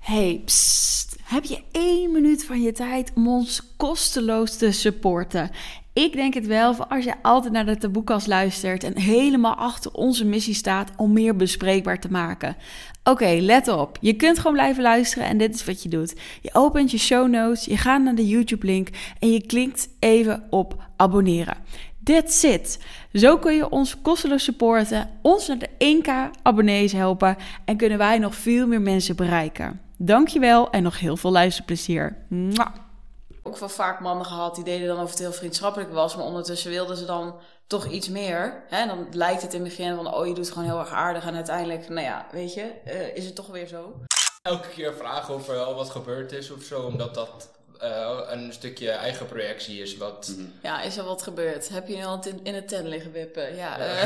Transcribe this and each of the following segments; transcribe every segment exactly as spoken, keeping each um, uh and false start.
Hey, psst, heb je één minuut van je tijd om ons kosteloos te supporten? Ik denk het wel, voor als je altijd naar de Taboekast luistert en helemaal achter onze missie staat om meer bespreekbaar te maken. Oké, okay, let op. Je kunt gewoon blijven luisteren en dit is wat je doet. Je opent je show notes, je gaat naar de YouTube-link en je klikt even op abonneren. That's it. Zo kun je ons kosteloos supporten, ons naar de één k abonnees helpen en kunnen wij nog veel meer mensen bereiken. Dankjewel en nog heel veel luisterplezier. Mwah. Ook wel vaak mannen gehad die deden dan of het heel vriendschappelijk was, maar ondertussen wilden ze dan toch iets meer. Hè? En dan lijkt het in het begin van, oh, je doet het gewoon heel erg aardig en uiteindelijk, nou ja, weet je, uh, is het toch weer zo. Elke keer vragen of er al wat gebeurd is of zo, omdat dat uh, een stukje eigen projectie is. Wat... Ja, is er wat gebeurd? Heb je nu al in, in het tent liggen wippen? Ja. Uh...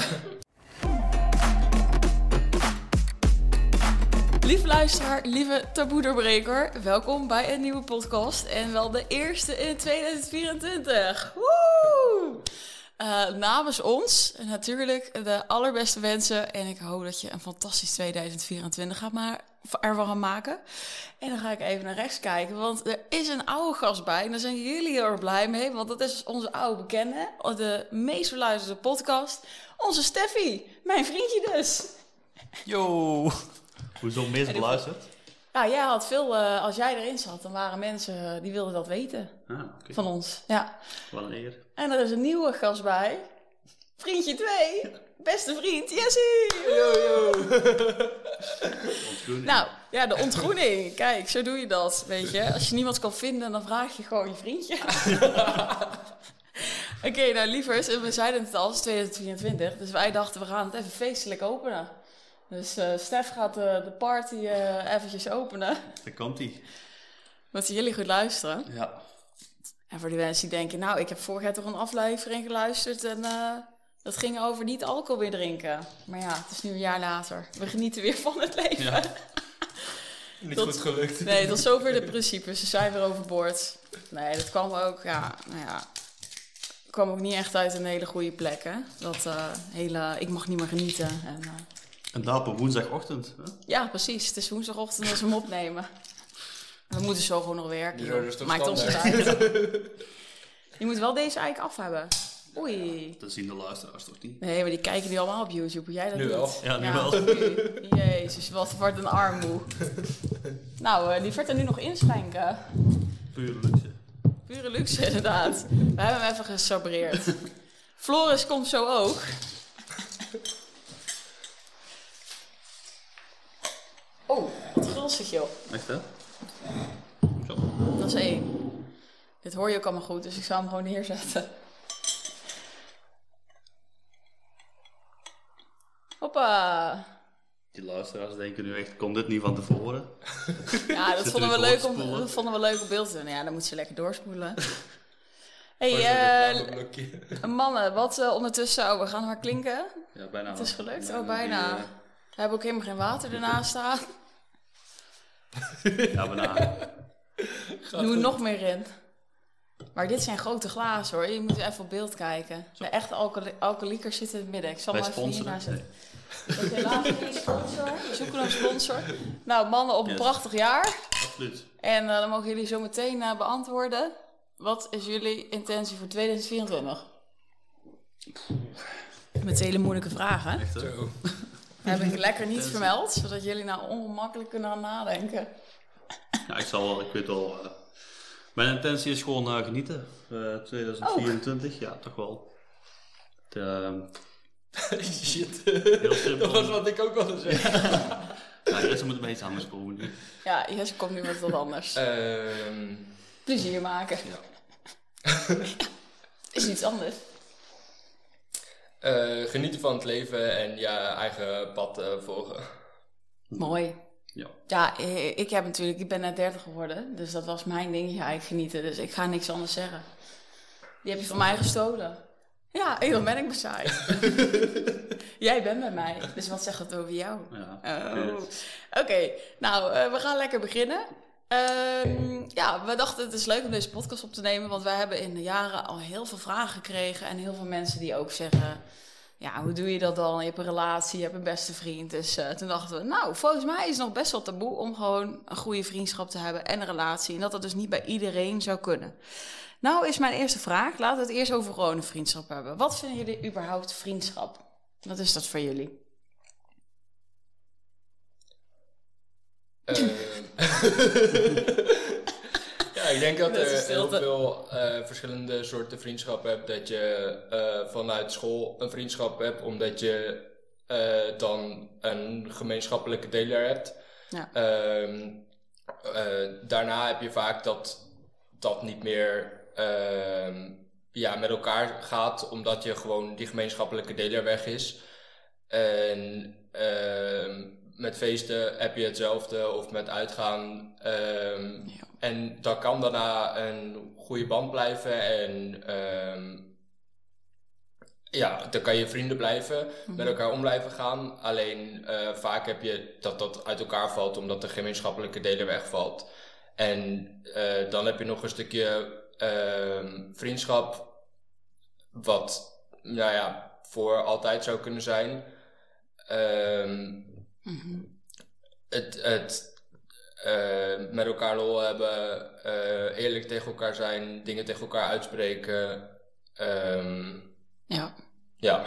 Lieve luisteraar, lieve taboe-doorbreker, welkom bij een nieuwe podcast en wel de eerste in tweeduizend vierentwintig. Woe! Uh, namens ons natuurlijk de allerbeste wensen en ik hoop dat je een fantastisch tweeduizend vierentwintig gaat maar ervan gaan maken. En dan ga ik even naar rechts kijken, want er is een oude gast bij en daar zijn jullie heel erg blij mee, want dat is onze oude bekende, de meest beluisterde podcast, onze Steffi, mijn vriendje dus. Yo! Hoezo meest beluisterd? Ja, jij had veel, uh, als jij erin zat, dan waren mensen uh, die wilden dat weten. Ah, okay. Van ons. Ja. Wat een eer. En er is een nieuwe gast bij. Vriendje twee. Beste vriend, Jessie! Yo, yo. Ontgroening. Nou, ja, de ontgroening. Kijk, zo doe je dat, weet je. Als je niemand kan vinden, dan vraag je gewoon je vriendje. Oké, okay, nou lieverd, we zeiden het al, het is tweeduizend vierentwintig. Dus wij dachten, we gaan het even feestelijk openen. Dus uh, Stef gaat uh, de party uh, eventjes openen. Daar komt hij. Moeten jullie goed luisteren. Ja. En voor die mensen die denken, nou, ik heb vorig jaar toch een aflevering geluisterd en uh, dat ging over niet alcohol weer drinken. Maar ja, het is nu een jaar later. We genieten weer van het leven. Ja. Niet tot, goed gelukt. Nee, tot zover de principes. Ze zijn weer overboord. Nee, dat kwam ook, ja, nou ja, kwam ook niet echt uit een hele goede plek, hè. Dat uh, hele, ik mag niet meer genieten en... Uh, En daar op woensdagochtend. Hè? Ja, precies. Het is woensdagochtend als we hem opnemen. We moeten zo gewoon nog werken. Ja, dus maakt ons het uit. Je moet wel deze eigenlijk af hebben. Oei. Dat zien de luisteraars toch niet? Nee, maar die kijken nu allemaal op YouTube. Hoe jij dat nu doet. wel. Ja, nu ja, wel. Nu. Jezus, wat wordt een armoe. Nou, uh, die werd er nu nog inschenken. Pure luxe. Pure luxe, inderdaad. We hebben hem even gesabreerd. Floris komt zo ook. Oh, wat gulzig joh. Echt hè? Zo. Dat is één. Dit hoor je ook allemaal goed, dus ik zou hem gewoon neerzetten. Hoppa. Die luisteraars denken nu echt, kon dit niet van tevoren? Ja, dat vonden we, leuk om, dat vonden we leuk op beeld te doen. Ja, dan moeten ze lekker doorspoelen. Hey, uh, mannen, wat uh, ondertussen, oh, we gaan maar klinken. Ja, bijna. Het is gelukt, bijna oh bijna. Die, uh... We hebben ook helemaal geen water ernaast staan. Ja, bijna. Doe er nog meer in. Maar dit zijn grote glazen hoor, je moet even op beeld kijken. Zo. De echte alcohol- alcoholiekers zitten in het midden. Ik zal Wij maar even hier naar sponsoren. zetten. Nee. Helaas geen sponsor. We zoeken een sponsor. Nou, mannen op een yes. prachtig jaar. Absoluut. En uh, dan mogen jullie zo meteen uh, beantwoorden. Wat is jullie intentie voor tweeduizend vierentwintig? Met hele moeilijke vragen. Echt, hè? Heb ik lekker niet vermeld, zodat jullie nou ongemakkelijk kunnen gaan nadenken. Ja, ik zal wel, ik weet wel. Uh, mijn intentie is gewoon uh, genieten. Uh, tweeduizend vierentwintig, ook. Ja, toch wel. De, uh, Shit. Heel simpel. Dat was wat ik ook wilde zeggen. Ja, ja Jesse moet bij iets anders komen nu. Ja, Jesse komt nu met wat anders. Um... Plezier maken. Ja. Is iets anders. Uh, genieten van het leven en je eigen pad uh, volgen. Mooi. Ja. Ja, ik heb natuurlijk, ik ben net dertig geworden, dus dat was mijn dingetje eigenlijk genieten. Dus ik ga niks anders zeggen. Die heb je van mij gestolen. Ja, dan ben ik bezaaid. Jij bent met mij, dus wat zegt het over jou? Ja, oh. Oké, okay. Nou, uh, we gaan lekker beginnen. Uh, ja, we dachten het is leuk om deze podcast op te nemen, want wij hebben in de jaren al heel veel vragen gekregen en heel veel mensen die ook zeggen... ja, hoe doe je dat dan? Je hebt een relatie, je hebt een beste vriend. Dus uh, toen dachten we, nou, volgens mij is het nog best wel taboe om gewoon een goede vriendschap te hebben en een relatie. En dat dat dus niet bij iedereen zou kunnen. Nou is mijn eerste vraag, laten we het eerst over gewoon een vriendschap hebben. Wat vinden jullie überhaupt vriendschap? Wat is dat voor jullie? Uh, ja, ik denk dat er heel veel uh, verschillende soorten vriendschap hebt. Dat je uh, vanuit school een vriendschap hebt, omdat je uh, dan een gemeenschappelijke deler hebt. Ja. Uh, uh, daarna heb je vaak dat dat niet meer uh, ja, met elkaar gaat, omdat je gewoon die gemeenschappelijke deler weg is. En uh, met feesten heb je hetzelfde, of met uitgaan. Um, ja. En dan kan daarna een goede band blijven. En um, ja, dan kan je vrienden blijven, mm-hmm. met elkaar om blijven gaan. Alleen uh, vaak heb je dat dat uit elkaar valt, omdat de gemeenschappelijke deler wegvalt. En uh, dan heb je nog een stukje uh, vriendschap, wat nou ja, voor altijd zou kunnen zijn. Um, Mm-hmm. Het, het uh, met elkaar lol hebben, uh, eerlijk tegen elkaar zijn, dingen tegen elkaar uitspreken. Um, ja. Ja.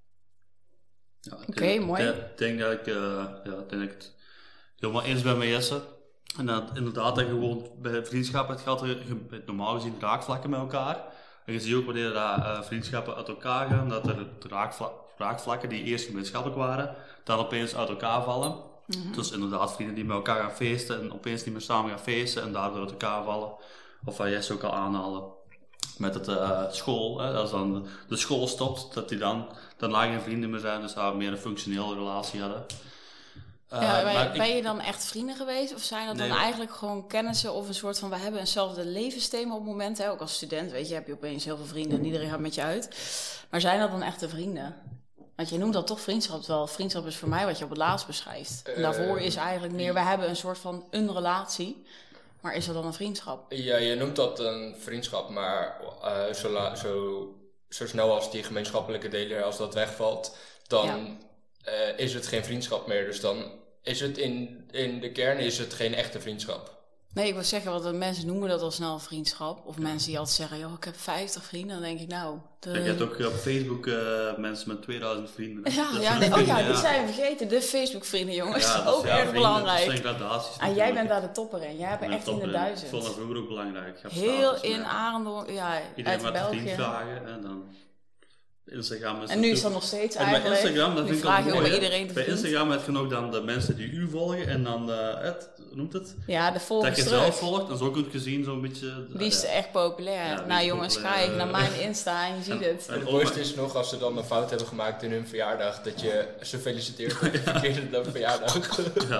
ja Oké, okay, mooi. Ik denk dat ik, uh, ja, denk ik het helemaal eens ben met Jesse. En dat inderdaad dat je gewoon bij vriendschap hebt gehad, je hebt normaal gezien raakvlakken met elkaar. En je ziet ook wanneer dat, uh, vriendschappen uit elkaar gaan, dat er raakvla- raakvlakken die eerst gemeenschappelijk waren, dan opeens uit elkaar vallen. Mm-hmm. Dus inderdaad vrienden die met elkaar gaan feesten en opeens niet meer samen gaan feesten en daardoor uit elkaar vallen. Of wat jij ook al aanhaalde met het uh, school. Hè? Als dan de school stopt, dat die dan daarna geen vrienden meer zijn, dus daar meer een functionele relatie hadden. Uh, ja, ben, ben je dan echt vrienden geweest? Of zijn dat nee, dan eigenlijk gewoon kennissen of een soort van, we hebben eenzelfde levensthema op het moment, hè? Ook als student, weet je, heb je opeens heel veel vrienden en iedereen gaat met je uit. Maar zijn dat dan echte vrienden? Want je noemt dat toch vriendschap, terwijl vriendschap is voor mij wat je op het laatst beschrijft. En daarvoor is eigenlijk meer, we hebben een soort van een relatie, maar is dat dan een vriendschap? Ja, je noemt dat een vriendschap, maar uh, zo, la- zo, zo snel als die gemeenschappelijke deler, als dat wegvalt, dan ja. uh, is het geen vriendschap meer. Dus dan is het in, in de kern is het geen echte vriendschap. Nee, ik wil zeggen, want mensen noemen dat al snel vriendschap. Of mensen die altijd zeggen, joh, ik heb vijftig vrienden. Dan denk ik, nou... De... Ja, je hebt ook op Facebook uh, mensen met tweeduizend vrienden. Ja, ja, nee, oh ja, die zijn we vergeten. De Facebook vrienden, jongens. Ja, dat is ook ja, erg vrienden, belangrijk. Dat zijn gradaties. En jij bent daar de topper in. Jij hebt er echt in de duizend. Ik vond dat vroeger ook belangrijk. Heel in Arendon, ja, iedereen uit België. Iedereen vragen en dan... Instagram is en nu is dat nog steeds en eigenlijk. Bij Instagram, dat vind ik ook mooi. Iedereen te bij Instagram heb je nog dan de mensen die u volgen en dan, uh, het, hoe noemt het? Ja, de volgers dat je terug. zelf volgt en zo goed gezien zo'n beetje. Die is uh, echt populair. Ja, nou jongens, populair. Ga ik naar mijn Insta en je ziet en, het. En het mooiste is nog als ze dan een fout hebben gemaakt in hun verjaardag, dat je ze feliciteert op de verkeerde verjaardag. Ja.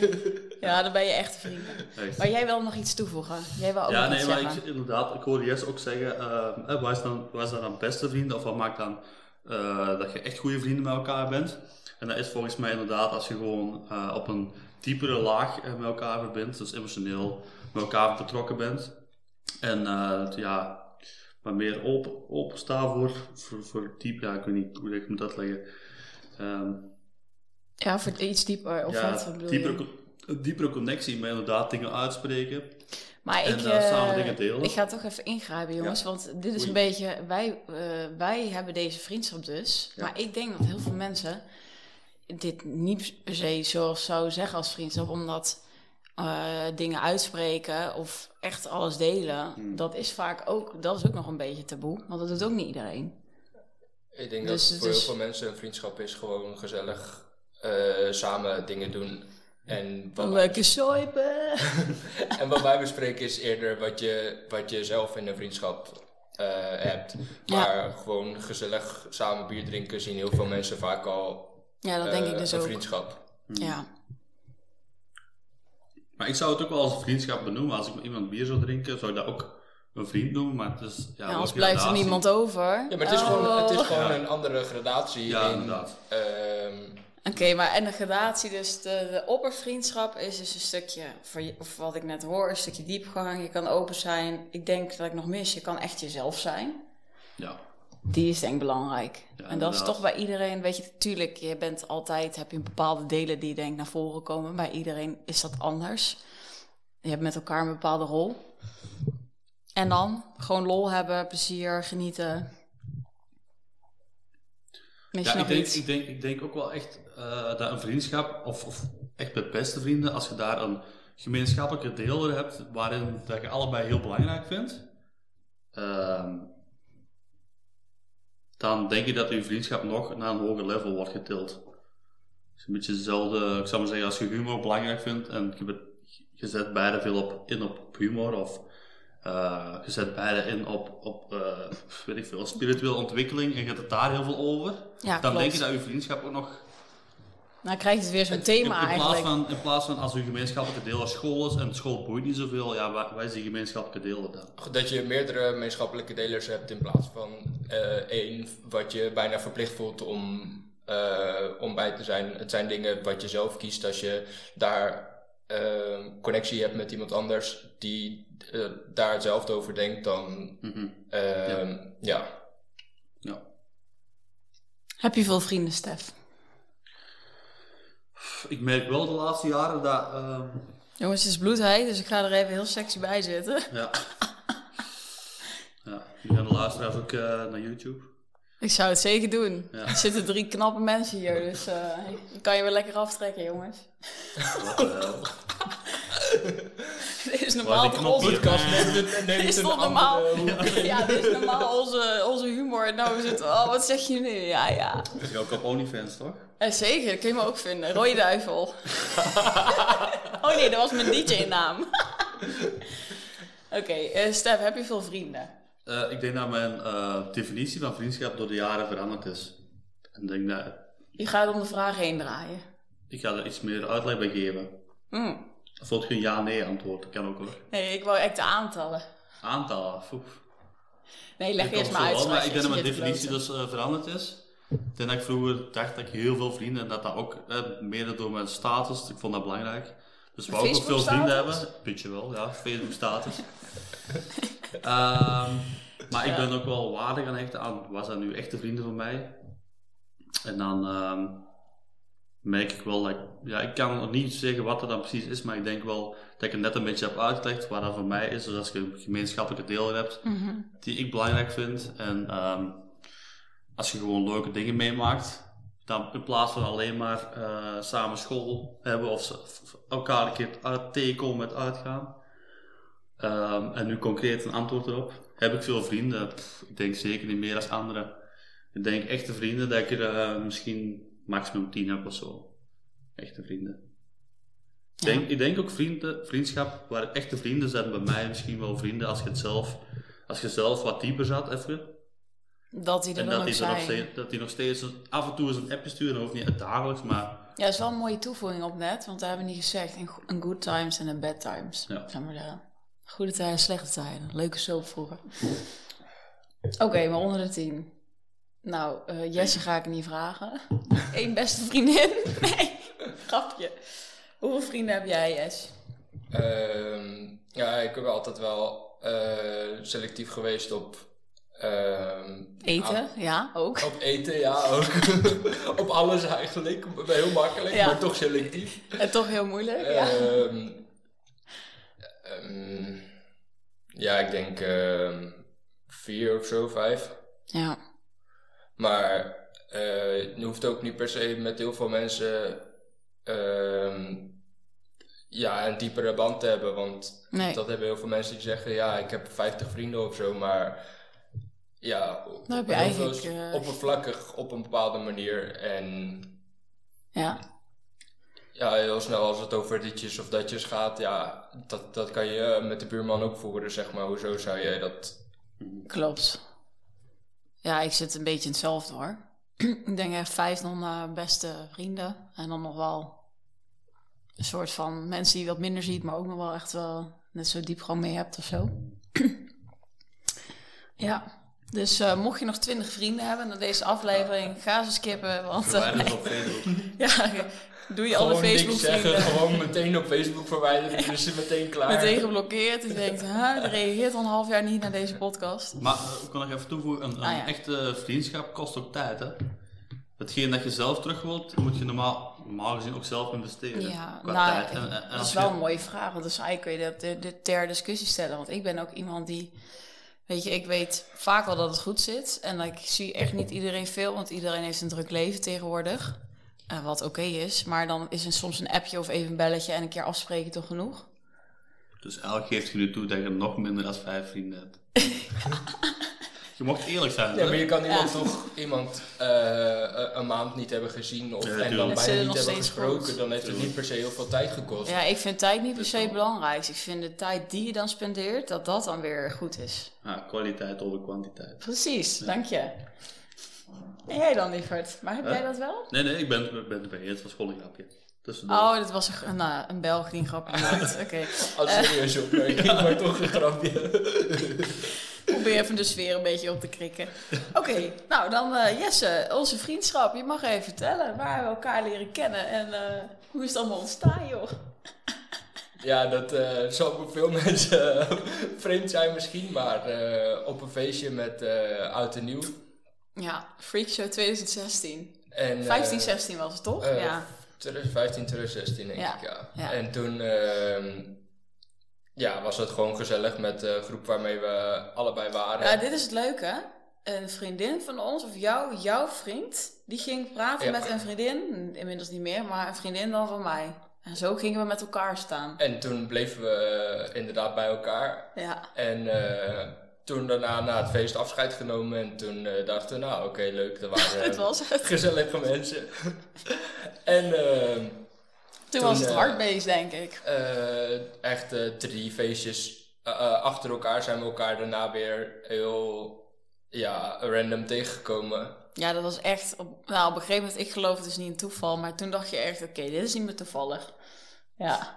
Ja, dan ben je echt vrienden. Echt. Maar jij wil nog iets toevoegen? Jij wil ook ja, nog nee, iets maar zeggen. ik, inderdaad, ik hoorde Jess ook zeggen, uh, wat is dan, wat is dan beste vrienden of wat maakt dan uh, dat je echt goede vrienden met elkaar bent? En dat is volgens mij inderdaad als je gewoon uh, op een diepere laag uh, met elkaar verbindt, dus emotioneel met elkaar betrokken bent. En uh, ja, maar meer open, open staan voor, voor, voor diep, ja, ik weet niet hoe ik moet uitleggen. Um, ja, voor iets dieper, of ja, wat bedoel diepere, je? Een diepere connectie, maar inderdaad dingen uitspreken. Maar en ik, uh, samen uh, dingen delen. Ik ga toch even ingrijpen, jongens. Ja. Want dit is Oei. een beetje... Wij, uh, wij hebben deze vriendschap dus. Ja. Maar ik denk dat heel veel mensen dit niet per se zoals zou zeggen als vriendschap. Omdat uh, dingen uitspreken of echt alles delen. Hmm. Dat is vaak ook... Dat is ook nog een beetje taboe. Want dat doet ook niet iedereen. Ik denk dus, dat voor dus, heel veel mensen een vriendschap is gewoon gezellig uh, samen dingen doen. En wat Lekker zuipen! En wat wij bespreken is eerder wat je, wat je zelf in een vriendschap uh, hebt. Maar ja. gewoon gezellig samen bier drinken zien heel veel mensen vaak al ja, dat uh, denk ik dus een ook. vriendschap. Hmm. Ja. Maar ik zou het ook wel als een vriendschap benoemen. Als ik met iemand bier zou drinken, zou ik dat ook een vriend noemen. Maar het is, ja, ja, anders blijft er niemand over. Ja, maar het is oh. gewoon, het is gewoon ja. een andere gradatie. Ja, in, inderdaad. Um, Oké, okay, maar en de gradatie, dus de, de oppervriendschap is dus een stukje, voor je, of wat ik net hoor, een stukje diepgang. Je kan open zijn. Ik denk dat ik nog mis, je kan echt jezelf zijn. Ja. Die is denk ik belangrijk. Ja, en dat is inderdaad. toch bij iedereen, weet je, natuurlijk, je bent altijd, heb je een bepaalde delen die denk ik naar voren komen. Bij iedereen is dat anders. Je hebt met elkaar een bepaalde rol. En dan gewoon lol hebben, plezier, genieten. Mis je Ja, nog ik denk, iets? ik, denk, ik denk ook wel echt uh, dat een vriendschap, of, of echt met beste vrienden, als je daar een gemeenschappelijke deel hebt, waarin dat je allebei heel belangrijk vindt, uh, dan denk ik dat je vriendschap nog naar een hoger level wordt getild. Dus een beetje hetzelfde, ik zou maar zeggen, als je humor belangrijk vindt en je, bent, je zet beide veel op, in op humor, of uh, je zet beide in op, op uh, weet ik veel, spirituele ontwikkeling en je hebt het daar heel veel over, Ja, dan klopt. denk je dat je vriendschap ook nog... Nou krijgt het weer zo'n in, thema in, in, plaats eigenlijk. van, in plaats van als je gemeenschappelijke deel als school is en school boeit niet zoveel, ja, waar, waar is die gemeenschappelijke deel dan? Dat je meerdere gemeenschappelijke delers hebt in plaats van uh, één wat je bijna verplicht voelt om, uh, om bij te zijn. Het zijn dingen wat je zelf kiest als je daar uh, connectie hebt met iemand anders die uh, daar hetzelfde over denkt dan Mm-hmm. uh, Ja. ja. Ja. Heb je veel vrienden, Stef? Ik merk wel de laatste jaren dat... Uh, Jongens, het is bloedheet, dus ik ga er even heel sexy bij zitten. ja. Ja, nu gaan de luisteraars ook uh, naar YouTube. Ik zou het zeker doen. Ja. Er zitten drie knappe mensen hier, dus uh, die kan je wel lekker aftrekken, jongens. Wat de hel. Dit is Waar normaal die toch knop onze... hier? Podcast neemt het, neemt Dit is een toch normaal? andere hoek. Ja, dit is normaal onze, onze humor. Nou, we zitten... Oh, wat zeg je nu? Ja, ja. Dat is ook op OnlyFans, toch? Eh, zeker, dat kun je me ook vinden. Rode duivel. Oh nee, dat was mijn D J-naam. Oké, okay, uh, Stef, heb je veel vrienden? Uh, ik denk dat mijn uh, definitie van vriendschap door de jaren veranderd is. En ik denk dat... Je gaat om de vraag heen draaien. Ik ga er iets meer uitleg bij geven. Mm. Of valt geen ja-nee antwoord? Dat kan ook hoor. Nee, ik wou echt de aantallen. Aantallen, foef. Nee, leg Ik eerst kom maar zo uit. wel, maar zoals ik je denk dat mijn zit definitie kloten. dus uh, veranderd is. Ik denk dat ik vroeger dacht dat ik heel veel vrienden en dat dat ook uh, mede door mijn status, ik vond dat belangrijk. Dus wou ik ook veel vrienden hebben. Beetje wel, ja, Facebook status. um, maar ik Ja. ben ook wel waarde gaan hechten aan, was dat nu echte vrienden van mij? En dan um, merk ik wel dat ik, ja, ik kan nog niet zeggen wat dat dan precies is, maar ik denk wel dat ik het net een beetje heb uitgelegd wat dat voor mij is. Dus als je een gemeenschappelijke deel hebt, Mm-hmm. die ik belangrijk vind. En um, als je gewoon leuke dingen meemaakt, dan in plaats van alleen maar uh, samen school hebben of, of elkaar een keer uit tegenkomen met uitgaan. Um, en nu concreet een antwoord erop. Heb ik veel vrienden? Pff, ik denk zeker niet meer dan anderen. Ik denk echte vrienden dat ik er uh, misschien maximum tien heb of zo. Echte vrienden. Ik denk, ik denk ook vrienden, vriendschap, waar echte vrienden zijn bij mij misschien wel vrienden als je het zelf, als je zelf wat dieper zat even. Dat die er En dan dat ook die, er nog zijn. steeds, dat die nog steeds af en toe eens een appje sturen, dat hoeft niet dagelijks, maar Ja, dat is wel een mooie toevoeging op net, want daar hebben we niet gezegd. In, go- in good times en in bad times. Ja. Zeg maar de goede tijden, slechte tijden. Leuke soap vroeger. Oké, okay, maar onder de tien. Nou, uh, Jesse ga ik niet vragen. Eén beste vriendin. Nee, grapje. Hoeveel vrienden heb jij, Jess? Um, ja, ik ben altijd wel uh, selectief geweest op... Um, Eten, aan- ja, ook. Op eten, ja, ook. Op alles eigenlijk. Heel makkelijk, Ja. maar toch selectief. En toch heel moeilijk, ja. Um, um, ja, ik denk um, vier of zo, vijf. Ja. Maar uh, je hoeft ook niet per se met heel veel mensen um, ja, een diepere band te hebben. Want Nee. dat hebben heel veel mensen die zeggen, ja, ik heb vijftig vrienden of zo, maar ja, Dan heb je heel eigenlijk, veel uh, oppervlakkig op een bepaalde manier. En Ja. ja, heel snel als het over ditjes of datjes gaat, ja, dat, dat kan je met de buurman ook voeren, zeg maar. Hoezo zou jij dat... Klopt. Ja, ik zit een beetje in hetzelfde hoor. Ik denk echt vijf dan uh, beste vrienden. En dan nog wel een soort van mensen die je wat minder ziet, maar ook nog wel echt wel net zo diep gewoon mee hebt of zo. Ja, dus uh, mocht je nog twintig vrienden hebben na deze aflevering, ga ze skippen. Want uh, verwijderen op Facebook. ja, Doe je alle Gewoon niks Facebook zeggen, vrienden. gewoon meteen op Facebook verwijderen, dus is het meteen klaar. Meteen geblokkeerd. En denkt, huh, die reageert al een half jaar niet naar deze podcast. Maar uh, ik kan nog even toevoegen, een, een Ah, ja. echte vriendschap kost ook tijd, hè. Hetgeen dat je zelf terug wilt, moet je normaal, normaal gezien ook zelf investeren. Ja, qua nou, tijd. En, en dat als is je- wel een mooie vraag. Want dus eigenlijk kun je dat de, de ter discussie stellen. Want ik ben ook iemand die... Weet je, ik weet vaak wel dat het goed zit. En ik zie echt niet iedereen veel. Want iedereen heeft een druk leven tegenwoordig. Uh, wat oké is. Maar dan is er soms een appje of even een belletje en een keer afspreken toch genoeg? Dus eigenlijk geeft je nu toe dat je nog minder dan vijf vrienden hebt. Je mocht eerlijk zijn, Ja, hè? maar je kan iemand Ja. toch iemand uh, een maand niet hebben gezien of, Ja, en tuurlijk. dan Het bijna zit er niet nog hebben steeds gesproken, goed. dan heeft het niet per se heel veel tijd gekost. Ja, ik vind tijd niet per se belangrijk. Ik vind de tijd die je dan spendeert, dat dat dan weer goed is. Ja, kwaliteit over kwantiteit. Precies, dank je. En jij dan, lieverd? Maar heb Huh? jij dat wel? Nee, nee, ik ben, ik ben erbij. Het was gewoon een grapje. Tussendoor. Oh, dit was een, nou, een Belg die een grapje maakt. Oké. Als serieus opmerking, maar toch een grapje. Probeer even de sfeer een beetje op te krikken. Oké, nou dan uh, Jesse, onze vriendschap. Je mag even vertellen waar we elkaar leren kennen en uh, hoe is het allemaal ontstaan, joh? Ja, dat uh, zal voor veel mensen uh, vreemd zijn misschien, maar uh, op een feestje met uh, Oud en Nieuw. Ja, Freakshow twintig zestien. En, uh, vijftien, zestien was het toch? uh, ja. twintig vijftien, twintig zestien denk Ja, ik, ja. ja. En toen uh, ja, was het gewoon gezellig met de groep waarmee we allebei waren. Ja, dit is het leuke. Een vriendin van ons, of jou, jouw vriend, die ging praten Ja. met een vriendin, inmiddels niet meer, maar een vriendin dan van mij. En zo gingen we met elkaar staan. En toen bleven we uh, inderdaad bij elkaar. Ja, En uh, toen daarna na het feest afscheid genomen. En toen uh, dachten we, nou oké, okay, leuk. Dat waren het was het. gezellige mensen. en uh, Toen, toen, was het uh, hardbeest, denk ik. uh, echt uh, drie feestjes uh, uh, achter elkaar zijn we elkaar daarna weer heel ja, random tegengekomen. Ja, dat was echt... Op, nou, op een gegeven moment, ik geloof het is niet een toeval, maar toen dacht je echt, oké, okay, dit is niet meer toevallig. Ja.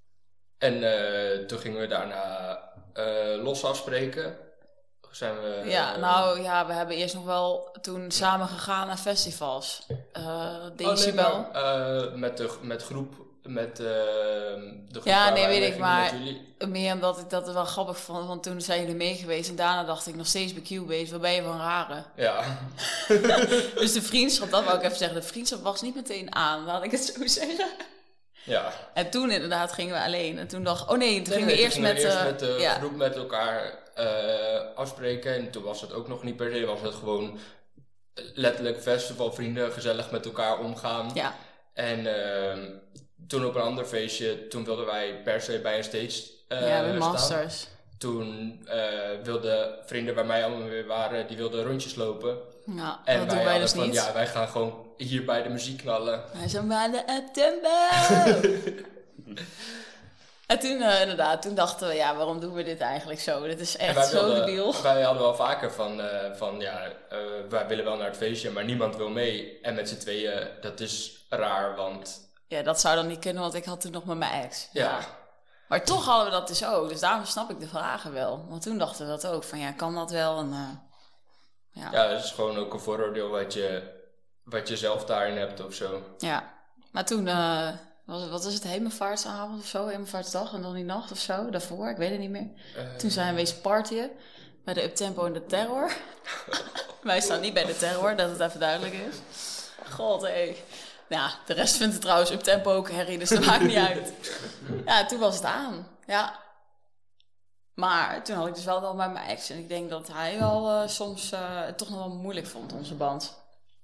En uh, toen gingen we daarna uh, los afspreken. Zijn we, Ja, uh, nou ja, we hebben eerst nog wel toen samen gegaan naar festivals. Uh, Decibel. Oh, nee, maar, uh, met de met groep, met uh, de groep Ja, waar nee, wij weet mee ik, gingen maar met jullie. meer omdat ik dat wel grappig vond, want toen zijn jullie mee geweest en daarna dacht ik nog steeds bij Cubase, waar ben je van rare? Ja. Dus de vriendschap, dat wou ik even zeggen, de vriendschap was niet meteen aan, laat ik het zo zeggen. Ja. En toen inderdaad gingen we alleen en toen dacht oh nee, toen Nee, gingen nee, we eerst toen gingen met... we eerst uh, met de ja. groep met elkaar uh, afspreken. En toen was het ook nog niet per se, was het gewoon letterlijk festivalvrienden, gezellig met elkaar omgaan. Ja. En uh, toen op een ander feestje, toen wilden wij per se bij een stage uh, ja, bij staan. Masters. Toen uh, wilden vrienden waar mij allemaal weer waren, die wilden rondjes lopen. Ja, En dat wij doen wij hadden dus van, niet. ja, wij gaan gewoon hier bij de muziek knallen. Wij zijn maar de september. En toen uh, inderdaad, toen dachten we, ja, waarom doen we dit eigenlijk zo? Dit is En echt wij, zo wilden, debiel. wij hadden wel vaker van, uh, van ja, uh, wij willen wel naar het feestje, maar niemand wil mee. En met z'n tweeën, dat is raar, want Ja, dat zou dan niet kunnen, want ik had toen nog met mijn ex. ja, Maar toch hadden we dat dus ook. Dus daarom snap ik de vragen wel. Want toen dachten we dat ook. Van ja, kan dat wel? En, uh, ja. ja, dat is gewoon ook een vooroordeel wat je, wat je zelf daarin hebt of zo. ja. Maar toen, uh, was, wat is het, hemelvaartsavond of zo? Hemelvaartsdag en dan die nacht of zo? Daarvoor, ik weet het niet meer. Uh, Toen zijn we wezen partyen bij de Uptempo en de Terror. Wij staan niet bij de Terror, dat het even duidelijk is. God, hé. Hey. Ja, de rest vindt het trouwens Uptempo ook herrie, dus dat maakt niet uit. Ja, toen was het aan. Ja. Maar toen had ik dus wel wel bij mijn ex. En ik denk dat hij wel uh, soms uh, het toch nog wel moeilijk vond, onze band.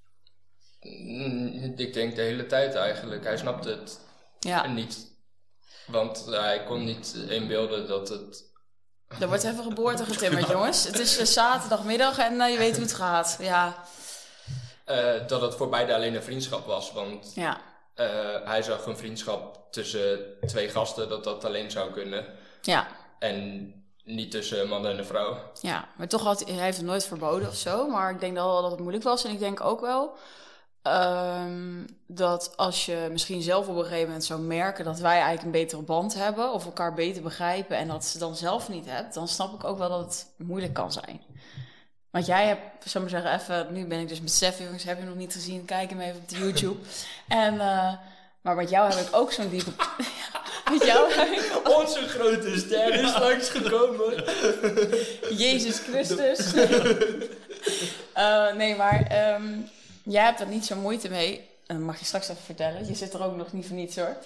mm, ik denk de hele tijd eigenlijk. Hij snapte het Ja, niet. Want uh, hij kon niet inbeelden dat het... er wordt even geboorte getimmerd, jongens. Het is uh, zaterdagmiddag en uh, je weet hoe het gaat. Ja, Uh, dat het voor beide alleen een vriendschap was. Want ja. uh, hij zag een vriendschap tussen twee gasten, dat dat alleen zou kunnen. Ja. En niet tussen een man en een vrouw. Ja, maar toch had hij, hij heeft het nooit verboden of zo. Maar ik denk wel dat het moeilijk was. En ik denk ook wel um, dat als je misschien zelf op een gegeven moment zou merken dat wij eigenlijk een betere band hebben of elkaar beter begrijpen en dat ze dan zelf niet hebt, dan snap ik ook wel dat het moeilijk kan zijn. Want jij hebt, zou ik maar zeggen, even, nu ben ik dus met Sef, jongens, heb je nog niet gezien, kijk hem even op de YouTube. En, uh, Maar met jou heb ik ook zo'n diepe... met jou heb ik... Onze grote ster is langsgekomen. Jezus Christus. uh, nee, maar um, jij hebt er niet zo moeite mee. Dat mag je straks even vertellen. Je zit er ook nog niet voor niets hoor.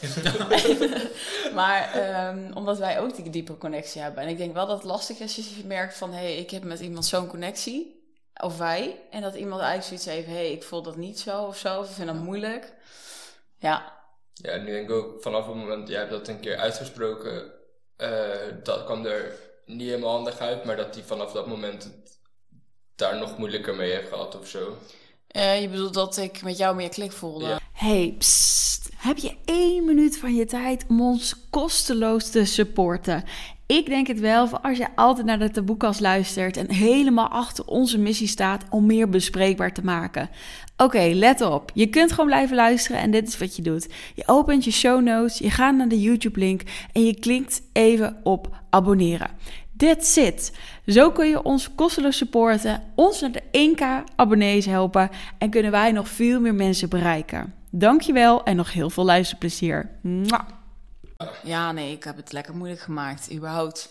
maar um, omdat wij ook die diepe connectie hebben. En ik denk wel dat het lastig is als je merkt van... hé, hey, ik heb met iemand zo'n connectie. Of wij. En dat iemand eigenlijk zoiets heeft... hé, hey, ik voel dat niet zo of zo. Of ik vind dat moeilijk. Ja. Ja, nu denk ik ook vanaf het moment... jij hebt dat een keer uitgesproken... Uh, dat kwam er niet helemaal handig uit... maar dat hij vanaf dat moment... het daar nog moeilijker mee heeft gehad of zo. Uh, je bedoelt dat ik met jou meer klik voelde? Ja. Hey, psst. Heb je één minuut van je tijd om ons kosteloos te supporten? Ik denk het wel, voor als je altijd naar de Taboekast luistert en helemaal achter onze missie staat om meer bespreekbaar te maken. Oké, okay, let op. Je kunt gewoon blijven luisteren en dit is wat je doet. Je opent je show notes, je gaat naar de YouTube-link en je klikt even op abonneren. That's it. Zo kun je ons kosteloos supporten, ons naar de één k abonnees helpen en kunnen wij nog veel meer mensen bereiken. Dankjewel en nog heel veel luisterplezier. Mwah. Ja, nee, ik heb het lekker moeilijk gemaakt, überhaupt.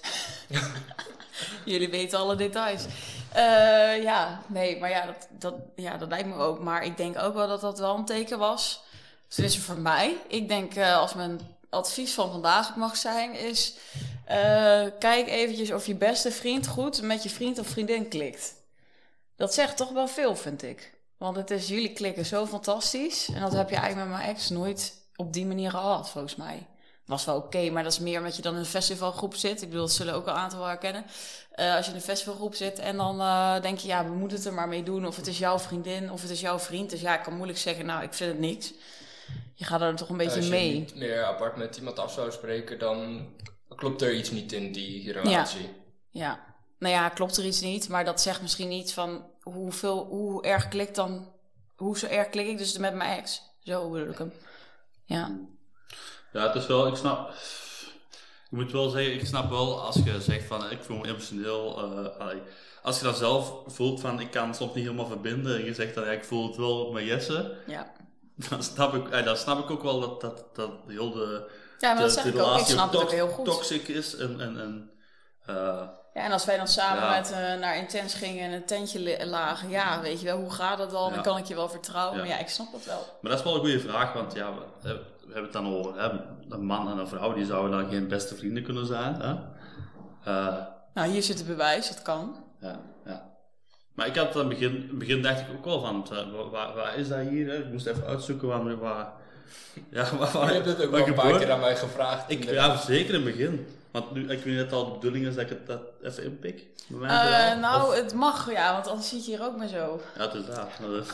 Jullie weten alle details. Uh, ja, nee, maar ja dat, dat, ja, dat lijkt me ook. Maar ik denk ook wel dat dat wel een teken was. Tenminste voor mij. Ik denk, uh, als mijn advies van vandaag mag zijn, is... Uh, kijk eventjes of je beste vriend goed met je vriend of vriendin klikt. Dat zegt toch wel veel, vind ik. Want het is, jullie klikken zo fantastisch. En dat heb je eigenlijk met mijn ex nooit op die manier gehad, volgens mij. Was wel oké, okay, maar dat is meer omdat je dan in een festivalgroep zit. Ik bedoel, dat zullen ook een aantal herkennen. Uh, als je in een festivalgroep zit en dan uh, denk je... ja, we moeten het er maar mee doen. Of het is jouw vriendin, of het is jouw vriend. Dus ja, ik kan moeilijk zeggen, nou, ik vind het niks. Je gaat er toch een beetje als mee. Als je niet meer apart met iemand af zou spreken... dan klopt er iets niet in die relatie. Ja, ja. Nou ja, klopt er iets niet. Maar dat zegt misschien iets van... hoeveel, hoe erg klikt dan... hoe zo erg klik ik dus met mijn ex. Zo bedoel ik hem. Ja. Ja, het is wel, ik snap, ik moet wel zeggen, ik snap wel als je zegt van, ik voel me emotioneel, uh, als je dan zelf voelt van, ik kan het soms niet helemaal verbinden, en je zegt dan, ja, ik voel het wel met Jesse, ja. dan, snap ik, uh, dan snap ik ook wel dat, dat, dat heel de, ja, maar de, dat zeg de ik ook. Ik snap het ook heel goed. toxic is en, en, en uh, ja, en als wij dan samen ja. met, uh, naar Intens gingen en een tentje lagen, ja, weet je wel, hoe gaat het dan? Ja. Dan kan ik je wel vertrouwen, ja. Maar ja, ik snap dat wel. Maar dat is wel een goede vraag, want ja, we, we hebben het dan over, hè, een man en een vrouw, die zouden dan geen beste vrienden kunnen zijn. Hè? Uh, nou, hier zit het bewijs, het kan. Ja, ja. Maar ik had aan het begin, begin dacht ik ook wel van, uh, waar, waar is dat hier? Hè? Ik moest even uitzoeken waar... waar ja, waar, waar je hebt het ook wel een paar keer aan mij gevraagd. Ik, ja, zeker in het begin. Want nu, ik weet niet dat al de bedoeling is dat ik het dat even inpik. Bij mij uh, nou, of? Het mag, ja, want anders zit je hier ook maar zo. Ja, het is dat.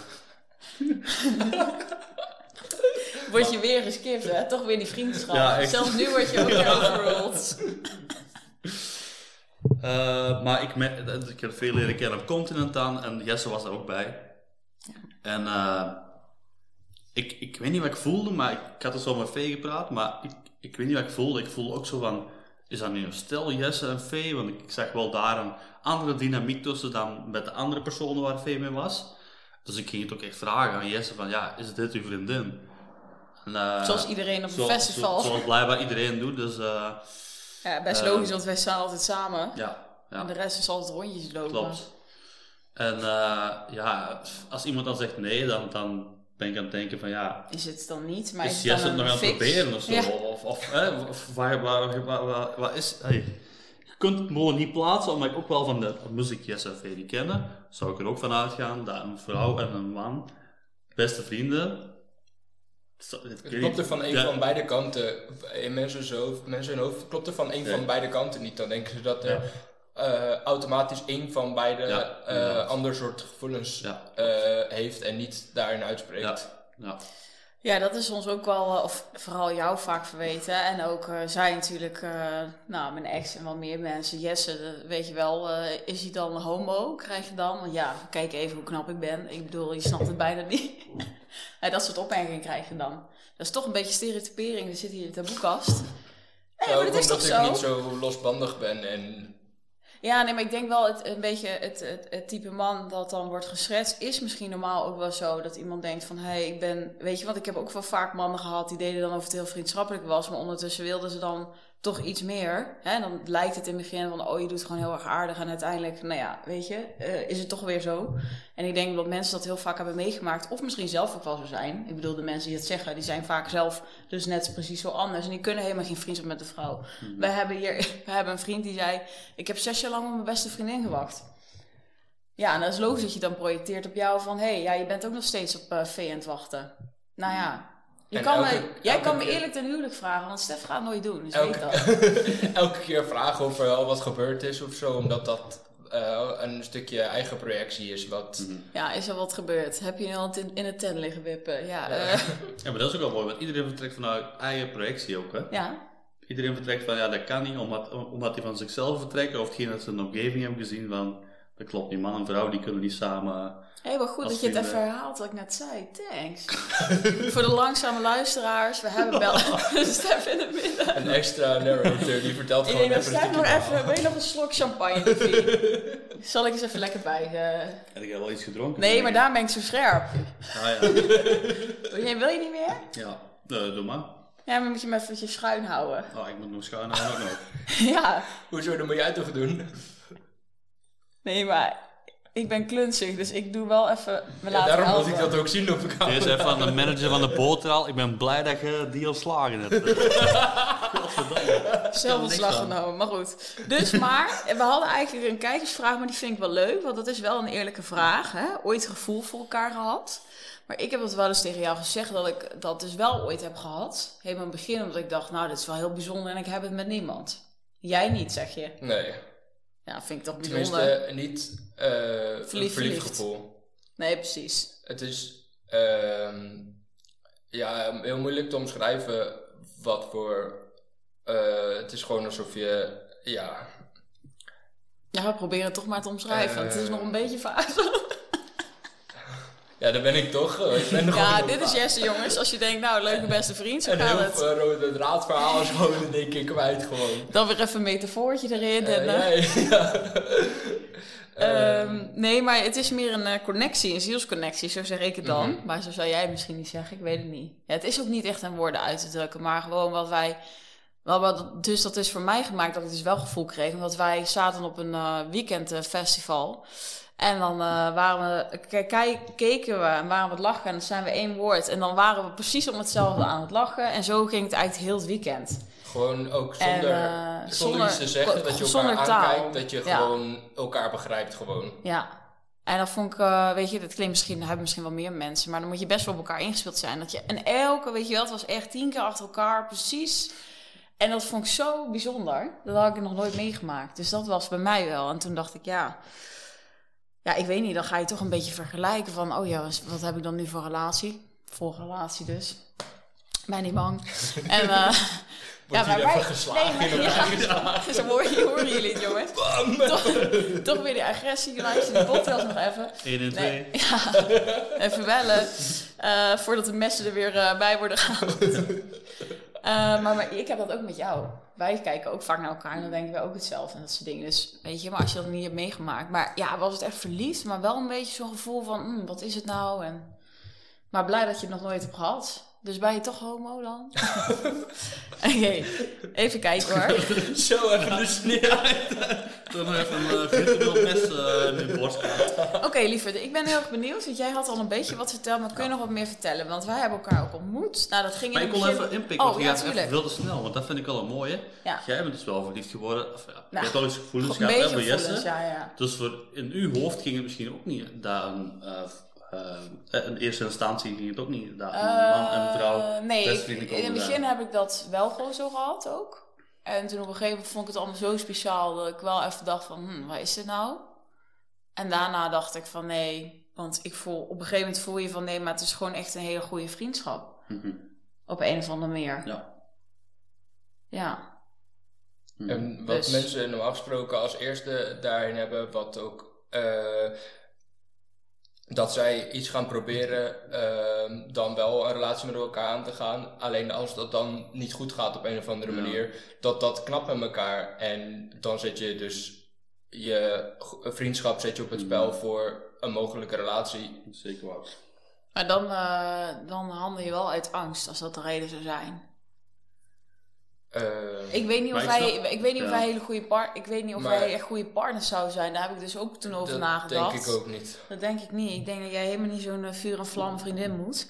Word je weer geskipt, hè? Toch weer die vriendschap. Ja, zelfs nu word je ook weer overruled. Uh, maar ik, me, ik heb veel leren kennen op Continental en Jesse was er ook bij. Ja. En uh, ik, ik weet niet wat ik voelde, maar ik, ik had er zo met Vee gepraat, maar ik, ik weet niet wat ik voelde. Ik voelde ook zo van, is dat nu een stel, Jesse en Vee? Want ik, ik zag wel daar een andere dynamiek tussen dan met de andere personen waar Vee mee was. Dus ik ging het ook echt vragen aan Jesse van, ja, is dit uw vriendin? En, uh, zoals iedereen op een zo, festival. Zo, zoals blijkbaar iedereen doet, dus... Uh, ja, best uh, logisch, want wij staan altijd samen. Ja, ja. En de rest is altijd rondjes lopen. Klopt. En uh, ja, als iemand dan zegt nee, dan, dan ben ik aan het denken van ja... Is het dan niet, maar is is Jesse het het nog aan het proberen of zo? Ja. Of, of, eh, of waar, waar, waar, waar, waar is... Hey, je kunt het mooi niet plaatsen, omdat ik ook wel van de muziek Jesse en Vee kennen. Zou ik er ook van uitgaan dat een vrouw en een man, beste vrienden... Het klopt er van een ja. van beide kanten. In mensen, zo, mensen hun hoofd klopt er van een ja. van beide kanten niet. Dan denken ze dat er ja. uh, automatisch één van beide ja. uh, ja. ander soort gevoelens ja. uh, heeft en niet daarin uitspreekt. Ja. Ja. Ja, dat is ons ook wel, of vooral jou vaak verweten. En ook uh, zij natuurlijk, uh, nou, mijn ex en wel meer mensen. Jesse, weet je wel, uh, is hij dan homo? Krijg je dan? Want ja, kijk even hoe knap ik ben. Ik bedoel, je snapt het bijna niet. Ja, dat soort opmerkingen krijg je dan. Dat is toch een beetje stereotypering. Er zit hier in de taboekast. Nee, ja, maar dat is toch omdat zo? ik niet zo losbandig ben en... Ja, nee, maar ik denk wel het, een beetje het, het, het type man dat dan wordt geschetst, is misschien normaal ook wel zo dat iemand denkt van, hé, hey, ik ben, weet je, want ik heb ook wel vaak mannen gehad die deden dan of het heel vriendschappelijk was, maar ondertussen wilden ze dan toch iets meer. Hè? Dan lijkt het in het begin van, oh, je doet gewoon heel erg aardig en uiteindelijk, nou ja, weet je, uh, is het toch weer zo. En ik denk dat mensen dat heel vaak hebben meegemaakt, of misschien zelf ook wel zo zijn. Ik bedoel, de mensen die het zeggen, die zijn vaak zelf dus net precies zo anders. En die kunnen helemaal geen vriendschap met de vrouw. Mm-hmm. Wij hebben hier, we hebben een vriend die zei, ik heb zes jaar lang op mijn beste vriendin gewacht. Ja, en dat is logisch dat je dan projecteert op jou van, hé, hey, ja, je bent ook nog steeds op uh, V aan het wachten. Nou ja. Je kan elke, me, jij kan me keer, eerlijk ten huwelijk vragen, want Stef gaat het nooit doen, dus elke, weet dat. Elke keer vragen of er al wat gebeurd is of zo, omdat dat uh, een stukje eigen projectie is. Wat... Ja, is er wat gebeurd? Heb je iemand in, in het tent liggen wippen? Ja, uh. ja, maar dat is ook wel mooi, want iedereen vertrekt vanuit eigen projectie ook, hè? Ja. Iedereen vertrekt van, ja, dat kan niet, omdat, omdat die van zichzelf vertrekken, of hetgeen dat ze een omgeving hebben gezien van, dat klopt niet, man en vrouw, die kunnen niet samen... Hé, hey, wat goed dat je het even herhaalt wat ik net zei. Thanks. Voor de langzame luisteraars, we hebben wel Stef in het midden. Een extra narrator, die vertelt gewoon even... Stef nog even, wil je nog een slok champagne? Zal ik eens even lekker bij... Uh... Heb ik wel iets gedronken? Nee, maar daar ben ik zo scherp. Ah ja. Wil je niet meer? Ja, uh, doe maar. Ja, maar moet je me eventjes schuin houden. Oh, ik moet nog schuin houden ook nog. Ja. Hoezo, dat moet jij toch doen? Nee, maar... Ik ben klunzig, dus ik doe wel even... Me ja, daarom moet ik dat ook zien op de camera. Dit is even aan de manager van de boterhal. Ik ben blij dat je die ontslagen hebt. Zelf ontslag genomen, maar goed. Dus maar, we hadden eigenlijk een kijkersvraag, maar die vind ik wel leuk. Want dat is wel een eerlijke vraag. Hè? Ooit gevoel voor elkaar gehad. Maar ik heb het wel eens tegen jou gezegd dat ik dat dus wel ooit heb gehad. Helemaal in het begin, omdat ik dacht, nou, dit is wel heel bijzonder en ik heb het met niemand. Jij niet, zeg je? Nee. Ja, vind ik toch bijzonder. Tenminste, niet uh, verliefd, een verliefd verliefd gevoel. Nee, precies. Het is uh, ja, heel moeilijk te omschrijven wat voor... Uh, het is gewoon alsof je... Ja, ja we proberen het toch maar te omschrijven. Uh, het is nog een beetje vaag. Ja, daar ben ik toch. Ik ben ja, dit is Jesse, jongens. Als je denkt, nou, leuke beste vriend, zo gaat het. En heel het draadverhaal is gewoon een denk ik kwijt gewoon. Dan weer even een metafoortje erin. Uh, en, uh, ja, ja. um, nee, maar het is meer een uh, connectie, een zielsconnectie, zo zeg ik het dan. Mm-hmm. Maar zo zou jij het misschien niet zeggen, ik weet het niet. Ja, het is ook niet echt aan woorden uit te drukken, maar gewoon wat wij... Wel, dus dat is voor mij gemaakt dat ik dus wel gevoel kreeg. Omdat wij zaten op een uh, weekendfestival... En dan uh, waren we, k- k- keken we en waren we het lachen en dan zijn we één woord. En dan waren we precies om hetzelfde aan het lachen. En zo ging het eigenlijk heel het weekend. Gewoon ook zonder, en, uh, zonder, zonder iets te zeggen, dat je elkaar aankijkt, dat je ja. gewoon elkaar begrijpt gewoon. Ja, en dat vond ik, uh, weet je, dat klinkt misschien, hebben misschien wel meer mensen. Maar dan moet je best wel op elkaar ingespeeld zijn. Dat je, en elke, weet je wel, het was echt tien keer achter elkaar, precies. En dat vond ik zo bijzonder. Dat had ik nog nooit meegemaakt. Dus dat was bij mij wel. En toen dacht ik, ja... Ja, ik weet niet, dan ga je toch een beetje vergelijken van... oh ja, wat heb ik dan nu voor relatie? Voor relatie dus. Ben niet bang. En, uh, ja, maar wij... geslagen nee, maar, ja, zo horen, horen jullie het, jongens. toch, toch weer die agressie. Luister die podcast nog even. één en twee. Nee, ja, even bellen. Uh, voordat de messen er weer uh, bij worden gehaald. Uh, maar, maar ik heb dat ook met jou. Wij kijken ook vaak naar elkaar en dan denken we ook hetzelfde en dat soort dingen. Dus weet je, maar als je dat niet hebt meegemaakt. Maar ja, was het echt verliefd, maar wel een beetje zo'n gevoel van, mm, wat is het nou? En... Maar blij dat je het nog nooit hebt gehad. Dus ben je toch homo dan? Oké, okay, even kijken hoor. Zo even de sneeuw. Toen nog even een virtueel mes uh, in de borst gaan. Oké, okay, lieverd, ik ben heel erg benieuwd. Want jij had al een beetje wat verteld, maar kun je nog wat meer vertellen? Want wij hebben elkaar ook ontmoet. Nou, dat ging maar in ik wil begin... even inpikken, oh, want ja, je gaat even veel te snel. Want dat vind ik wel een mooie. Ja. Jij bent dus wel verliefd geworden. Of, ja, nou, je hebt al eens gevoelens gehad voor Jesse. Ja, ja. Dus voor, in uw hoofd ging het misschien ook niet daar een... Uh, Uh, in eerste instantie ging het ook niet dat een man en vrouw uh, nee, ik, in het begin daar. heb ik dat wel gewoon zo gehad ook. En toen op een gegeven moment vond ik het allemaal zo speciaal dat ik wel even dacht van, hm, wat is dit nou? En daarna dacht ik van nee, want ik voel, op een gegeven moment voel je van nee, maar het is gewoon echt een hele goede vriendschap. Mm-hmm. Op een of andere manier. Ja. Ja. Mm. En wat dus. mensen normaal gesproken als eerste daarin hebben, wat ook... Uh, dat zij iets gaan proberen, uh, dan wel een relatie met elkaar aan te gaan. Alleen als dat dan niet goed gaat op een of andere ja. manier, dat dat knapt met elkaar. En dan zit je dus je vriendschap zet je op het spel voor een mogelijke relatie. Zeker waar. Maar dan, uh, dan handel je wel uit angst, als dat de reden zou zijn. Uh, ik weet niet of ik wij, snap, ik weet niet of ja. wij hele goede par, ik weet niet of maar, wij echt goede partners zouden zijn. Daar heb ik dus ook toen over dat nagedacht. Dat denk ik ook niet. Dat denk ik niet. Ik denk dat jij helemaal niet zo'n uh, vuur en vlam vriendin moet.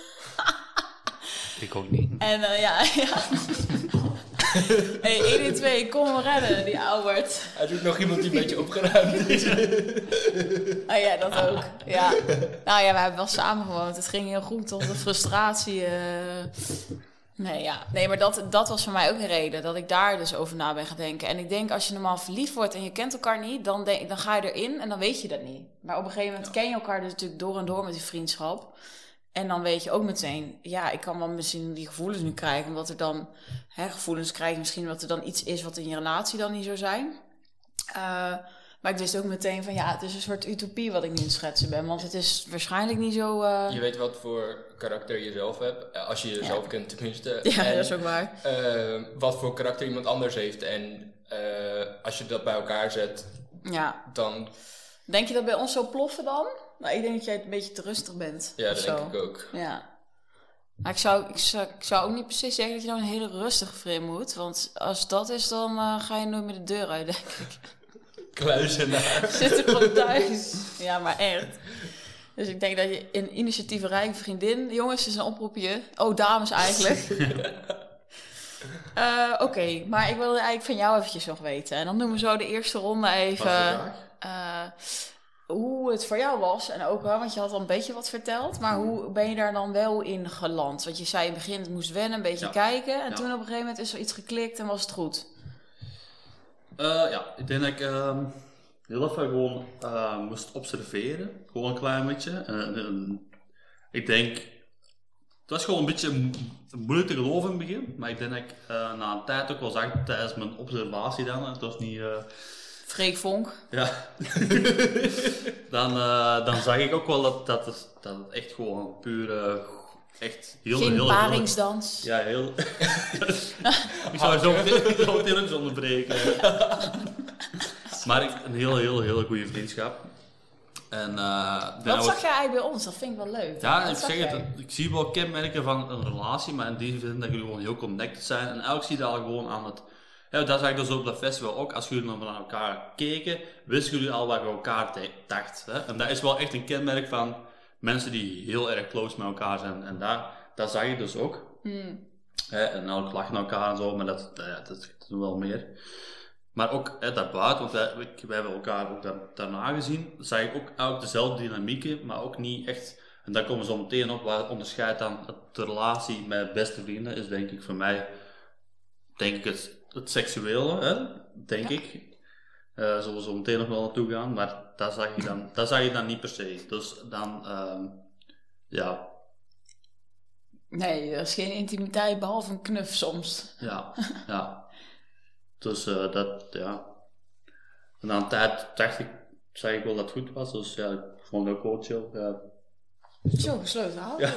Ik ook niet. En uh, ja, ja. Hey, één en twee, kom hem redden, die Albert. Hij doet nog iemand die een beetje opgeruimd is. Oh ja, dat ook. Ja. Nou ja, we hebben wel samen gewoond. Het ging heel goed tot de frustratie. Uh... Nee, ja. nee, maar dat, dat was voor mij ook een reden. Dat ik daar dus over na ben gaan denken. En ik denk, als je normaal verliefd wordt en je kent elkaar niet, dan, denk, dan ga je erin en dan weet je dat niet. Maar op een gegeven moment ja. ken je elkaar dus natuurlijk door en door met die vriendschap. En dan weet je ook meteen, ja, ik kan wel misschien die gevoelens nu krijgen. Omdat er dan, hè, gevoelens krijgen misschien omdat er dan iets is wat in je relatie dan niet zou zijn. Uh, maar ik wist ook meteen van, ja, het is een soort utopie wat ik nu aan het schetsen ben. Want het is waarschijnlijk niet zo... Uh... Je weet wat voor karakter je zelf hebt. Als je jezelf ja. kent tenminste. Ja, en, dat is ook waar. Uh, wat voor karakter iemand anders heeft. En uh, als je dat bij elkaar zet, ja. dan... Denk je dat bij ons zo ploffen dan? Nou, ik denk dat jij een beetje te rustig bent. Ja, dat zo. denk ik ook. Ja. Maar ik zou, ik, zou, ik zou ook niet precies zeggen dat je nou een hele rustige vriend moet. Want als dat is, dan uh, ga je nooit meer de deur uit, denk ik. Kluizenaar. Zit er gewoon thuis. Ja, maar echt. Dus ik denk dat je een initiatiefrijke vriendin... Jongens, is een oproepje. Oh, dames eigenlijk. uh, Oké, okay, maar ik wilde eigenlijk van jou eventjes nog weten. En dan doen we zo de eerste ronde even... Uh, hoe het voor jou was. En ook wel, want je had al een beetje wat verteld. Maar hoe ben je daar dan wel in geland? Want je zei in het begin, het moest wennen, een beetje ja. kijken. En ja. toen op een gegeven moment is er iets geklikt en was het goed. Uh, ja, ik denk dat ik uh, heel even gewoon uh, moest observeren. Gewoon een klein beetje. Uh, uh, ik denk, het was gewoon een beetje moeilijk te geloven in het begin. Maar ik denk dat ik uh, na een tijd ook wel zag tijdens mijn observatie dan. Het was niet... Uh, Freek Vonk. Ja. dan, uh, dan zag ik ook wel dat, dat, het, dat het echt gewoon pure... Echt heel, Geen heel, paringsdans. Heel, ja, heel... ik zou zo meteen eens onderbreken. Maar ik, een heel, heel, heel goede vriendschap. En, uh, Wat zag jij eigenlijk bij ons? Dat vind ik wel leuk. Ja, ik, zeg het, ik zie wel kenmerken van een relatie, maar in die zin dat jullie gewoon heel connected zijn. En elk zie je dat gewoon aan het... Ja, dat zag ik dus op dat festival ook. Als jullie naar elkaar keken, wisten jullie al wat je elkaar dacht. Hè? En dat is wel echt een kenmerk van mensen die heel erg close met elkaar zijn. En daar, dat zag je dus ook. Mm. Hè? En elk lacht naar elkaar en zo, maar dat, ja, dat is wel meer. Maar ook hè, daarbuiten, want wij, wij hebben elkaar ook daar, daarna gezien, zag ik ook elk dezelfde dynamieken, maar ook niet echt... En daar komen we zo meteen op, waar het onderscheidt dan de relatie met beste vrienden is denk ik voor mij, denk ik het... Het seksuele, hè? Denk ja. ik. Uh, zullen we zo meteen nog wel naartoe gaan, maar dat zag je dan, dat zag je dan niet per se. Dus dan, um, ja. Nee, er is geen intimiteit behalve een knuf soms. Ja, ja. Dus uh, dat, ja. En na een tijd dacht ik, zag ik wel dat het goed was, dus ja, ik vond het ook wel chill. Ja. Zo gesloten houden.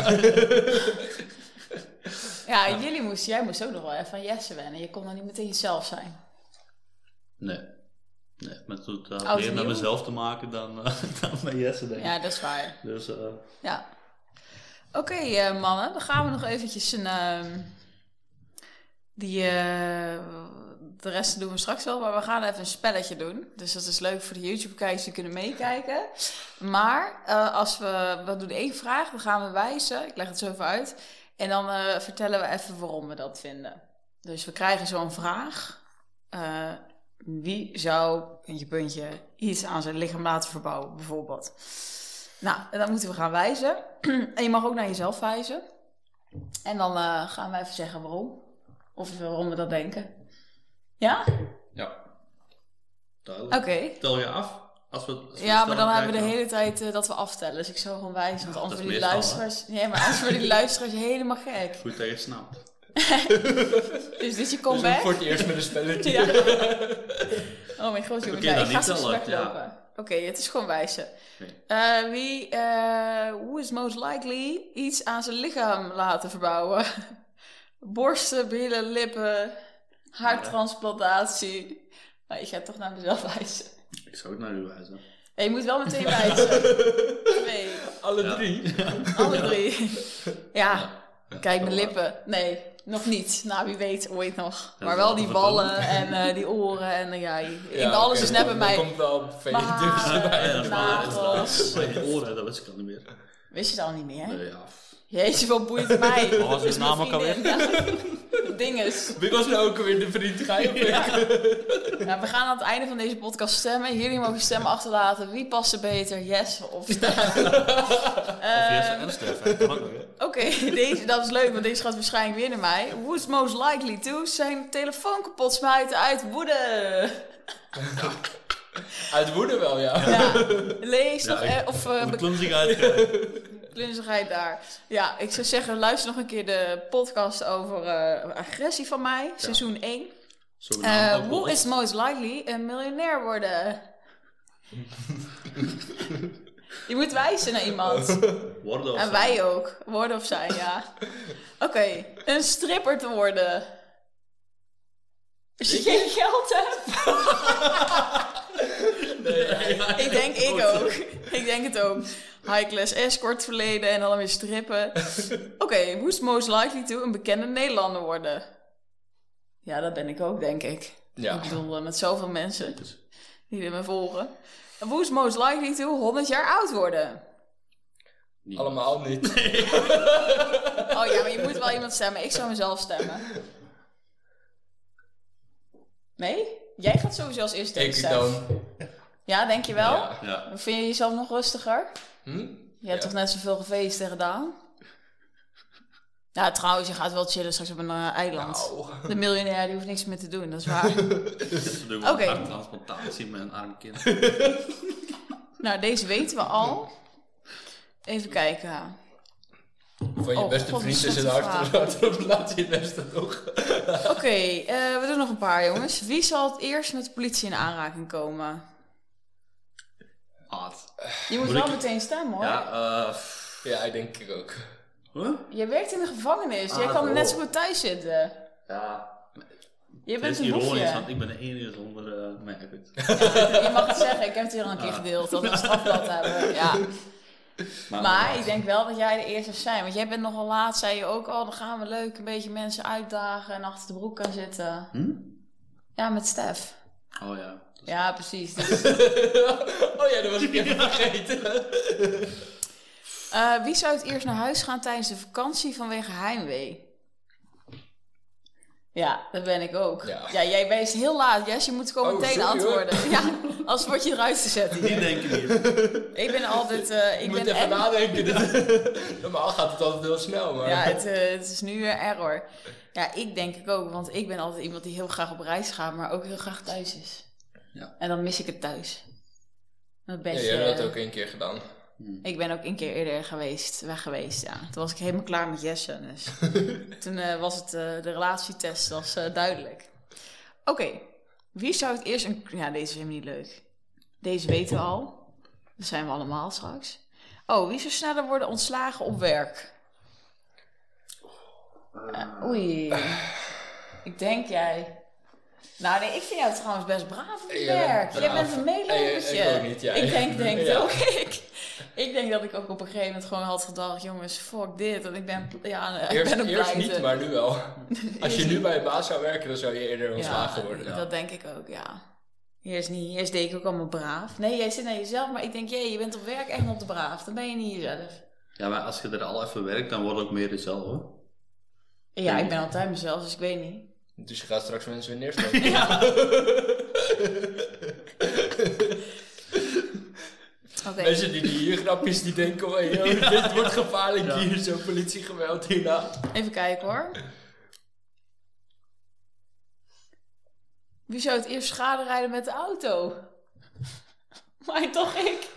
Ja, ja, jullie moesten, jij moest ook nog wel even van Jesse wennen. Je kon dan niet meteen jezelf zijn. Nee. Nee, maar het had uh, meer met mezelf te maken dan, uh, dan met Jesse, denk ik. Ja, dat is waar. Dus, uh... ja. Oké, okay, uh, mannen. Dan gaan we nog eventjes een... Uh, die... Uh, de rest doen we straks wel, maar we gaan even een spelletje doen. Dus dat is leuk voor de YouTube-kijkers die kunnen meekijken. Maar uh, als we... We doen één vraag, dan gaan we wijzen. Ik leg het zo even uit. En dan uh, vertellen we even waarom we dat vinden. Dus we krijgen zo'n vraag. Uh, wie zou, puntje, puntje, iets aan zijn lichaam laten verbouwen, bijvoorbeeld. Nou, en dan moeten we gaan wijzen. En je mag ook naar jezelf wijzen. En dan uh, gaan we even zeggen waarom. Of waarom we dat denken. Ja? Ja. Oké. Okay. Tel je af? Als we, als we ja, maar dan hebben we de hele tijd uh, dat we aftellen. Dus ik zou gewoon wijzen. Want ja, anders worden die luisteraars... Nee, maar anders worden die luisteraars helemaal gek. Goed dat je het snapt. Dus dit je comeback? Dus voor het eerst met een spelletje. Ja. Oh mijn god, jongens. Okay, nee, ik ga straks weglopen. Ja. Oké, okay, het is gewoon wijzen. Okay. Uh, wie, uh, who is most likely iets aan zijn lichaam laten verbouwen? Borsten, billen, lippen, haartransplantatie. Maar ik ga toch naar mezelf wijzen. Ik zou het naar u wijzen. Ja, je moet wel meteen wijzen. Twee. Alle Ja. drie? Alle drie. Ja, Ja. kijk mijn lippen. Nee, nog niet. Nou, wie weet, ooit nog. Ja, Maar wel die laten we ballen en uh, die oren en uh, ja, in Ja, alles oké, is net bij dan- mij. Dan komt wel veel Maar- tussen. Ja, nagels. maar je oren, dat wist ik al niet meer. Wist je dat al niet meer? Nee, ja. Jeetje, wat boeit het mij? Wat was Dat is uw naam mijn ook alweer? vriendin. Ja. Dinges. Wie was nou ook weer de vriend? Ga je op Ja, we gaan aan het einde van deze podcast stemmen. Jullie mogen stemmen achterlaten. Wie past er beter? Yes of Stef? Of Eh, Jesse en Stef, hè. Kan ook nog, hè. Oké, deze dat is leuk, want deze gaat waarschijnlijk weer naar mij. Who's most likely to zijn telefoon kapot smijten uit woede? Uit woede wel, ja. Ja, lees Ja, nog ik- eh, of uh, Hoe klunzig uitkijken. klunzigheid daar. Ja, ik zou zeggen, luister nog een keer de podcast over uh, agressie van mij, seizoen één. Zogenaamd Uh, ook who wel. is most likely een miljonair worden? Je moet wijzen naar iemand. Worden of En zo. wij ook. Worden of zijn, ja. Oké, okay. Een stripper te worden. Als je geen geld hebt. Nee, Ik denk ik ook. Ik denk het ook. High class escort verleden en dan weer strippen. Oké, okay, who's most likely to een bekende Nederlander worden? Ja, dat ben ik ook, denk ik. Ja. Ik bedoel, met zoveel mensen die me volgen. Who's most likely to honderd jaar oud worden? Niet. Allemaal niet. Oh ja, maar je moet wel iemand stemmen. Ik zou mezelf stemmen. Nee? Jij gaat sowieso als eerste Ik stemmen. dan. Ja, denk je wel? Ja. Ja. Vind je jezelf nog rustiger? Hm? Je hebt Ja. toch net zoveel gefeest en gedaan? Ja, trouwens, je gaat wel chillen straks op een uh, eiland. Nou. De miljonair die hoeft niks meer te doen, dat is waar. Ze doen Oké. een harttransplantatie met een arm kind. Nou, deze weten we al. Even kijken. Van je Oh, beste God, vriend een is een slechte hart. vraag. Laat je het beste toch? Oké, okay, uh, we doen nog een paar, jongens. Wie zal het eerst met de politie in aanraking komen? Aard. Je moet Moet wel ik- meteen stemmen, hoor. Ja, eh... pff. Ja, ik denk ik ook. Huh? Je werkt in de gevangenis. Jij Ah, kan er net oh. zo goed thuis zitten. Ja. Je Het bent is een ironisch, boefje. want ik ben de enige zonder... uh, maar ja, goed. Je mag het zeggen, ik heb het hier al een keer Ah. gedeeld. Dat we een strafblad hebben. Ja. Maar ik denk wel dat jij de eerste zou zijn. Want jij bent nogal laat, zei je ook al. Dan gaan we leuk een beetje mensen uitdagen en achter de broek gaan zitten. Hm? Ja, met Stef. Oh ja. Dat is- Ja, precies. Dus, Oh ja, dat was ik even vergeten. uh, wie zou het eerst naar huis gaan tijdens de vakantie vanwege heimwee? Ja, dat ben ik ook. Ja, Ja. jij bent heel laat. Yes, je moet gewoon Oh, meteen sorry, hoor. antwoorden. Ja, anders word je eruit te zetten. Die hier. denken niet. Ik ben altijd... Uh, ik Ik moet ben even en- nadenken. Normaal gaat het altijd heel snel, maar... Ja, het, uh, het is nu weer error. Ja, ik denk ik ook, want ik ben altijd iemand die heel graag op reis gaat, maar ook heel graag thuis is. Ja. En dan mis ik het thuis. Dat Ja, bedje. jij hebt dat ook één keer gedaan. Ik ben ook een keer eerder geweest, weg geweest, ja. Toen was ik helemaal klaar met Jesse, dus toen uh, was het, uh, de relatietest was uh, duidelijk. Oké, okay. Wie zou het eerst een... Ja, deze is helemaal niet leuk. Deze weten we al. Dat zijn we allemaal straks. Oh, wie zou sneller worden ontslagen op werk? Uh, oei. Ik denk jij. Nou nee, ik vind jou trouwens best braaf op je Jij bent werk. Jij braaf. bent een meelopertje. Ik ook niet, jij. Ik denk, denk Ja. ook ik. Ik denk dat ik ook op een gegeven moment gewoon had gedacht, jongens, fuck dit. Want ik ben, ja, ik Eerst, ben een eerst pleiten. niet, maar nu wel. Als je Eerst nu niet. bij een baas zou werken, dan zou je eerder ontslagen Ja, worden. dat denk ik ook, ja. Eerst niet. Eerst deed ik ook allemaal braaf. Nee, jij zit naar jezelf, maar ik denk, jee, je bent op werk echt nog te braaf. Dan ben je niet jezelf. Ja, maar als je er al even werkt, dan word je ook meer jezelf, hoor. Ja, ik ben altijd mezelf, dus ik weet niet. Dus je gaat straks mensen weer neerstoten. Ja. Oké. Mensen die, die hier grapjes die denken, oh, joh, dit wordt gevaarlijk Ja. hier, zo'n politiegeweld hierna. Even kijken hoor. Wie zou het eerst schade rijden met de auto? Maar toch ik.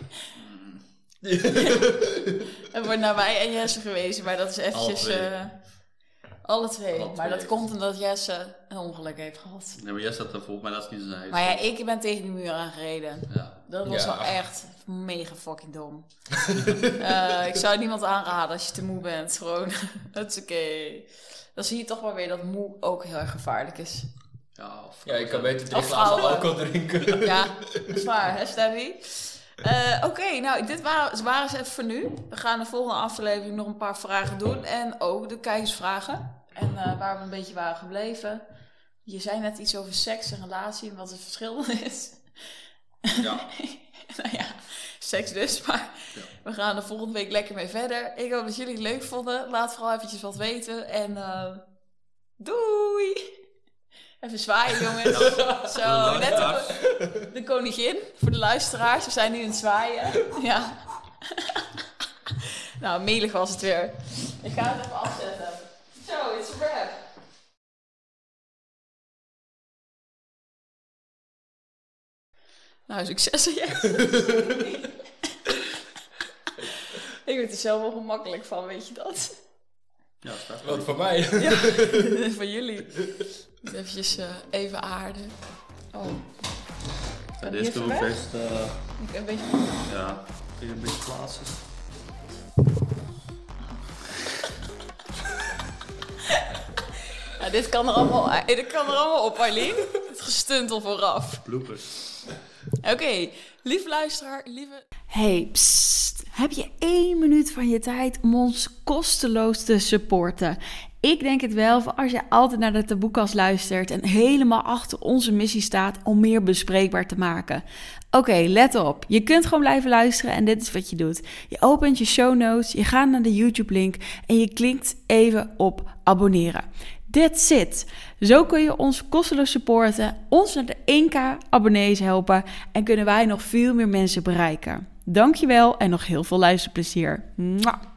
Het wordt naar mij en Jesse gewezen, maar dat is eventjes... Alle twee. eh, alle twee. Alle maar twee. dat komt omdat Jesse een ongeluk heeft gehad. Nee, maar jij staat ervoor, maar dat is niet zijn eigen. Maar ja, ik ben tegen de muur aangereden. Ja. Dat was Ja. wel echt mega fucking dom. Eh, ik zou niemand aanraden als je te moe bent. Gewoon, het is oké. Dan zie je toch wel weer dat moe ook heel erg gevaarlijk is. Ja, of Ja, ik kan beter drie Of glazen vrouwen. alcohol drinken. Ja, dat is waar, hè Steffi? Uh, Oké, okay, nou, dit waren, waren ze even voor nu. We gaan de volgende aflevering nog een paar vragen doen. En ook de kijkersvragen. En uh, waar we een beetje waren gebleven. Je zei net iets over seks en relatie en wat het verschil is. Ja. Nou ja, seks dus. Maar ja. We gaan er volgende week lekker mee verder. Ik hoop dat jullie het leuk vonden. Laat vooral eventjes wat weten. En uh, doei! Even zwaaien, jongens. Zo, net de, de koningin. Voor de luisteraars. We zijn nu in het zwaaien. Ja. Nou, melig was het weer. Ik ga het even afzetten. Zo, it's a wrap. Nou, succes aan jij. Ik word er zelf wel gemakkelijk van, weet je dat? Ja, staat Wat voor mij? Ja, voor jullie. Even uh, even aarden. Oh. Ja, deze kunnen we best... Uh, een beetje... Ja, kun je een beetje plaatsen. Ja, dit kan er allemaal, dit kan er allemaal op, Arlene. Het gestuntel vooraf. Bloepers. Oké, okay, lieve luisteraar, lieve... Hey, psst. Heb je één minuut van je tijd om ons kosteloos te supporten? Ik denk het wel, voor als je altijd naar de Taboekast luistert en helemaal achter onze missie staat om meer bespreekbaar te maken. Oké, okay, let op. Je kunt gewoon blijven luisteren en dit is wat je doet. Je opent je show notes, je gaat naar de YouTube-link en je klikt even op abonneren. That's it. Zo kun je ons kosteloos supporten, ons naar de één k abonnees helpen en kunnen wij nog veel meer mensen bereiken. Dankjewel en nog heel veel luisterplezier. Mwah.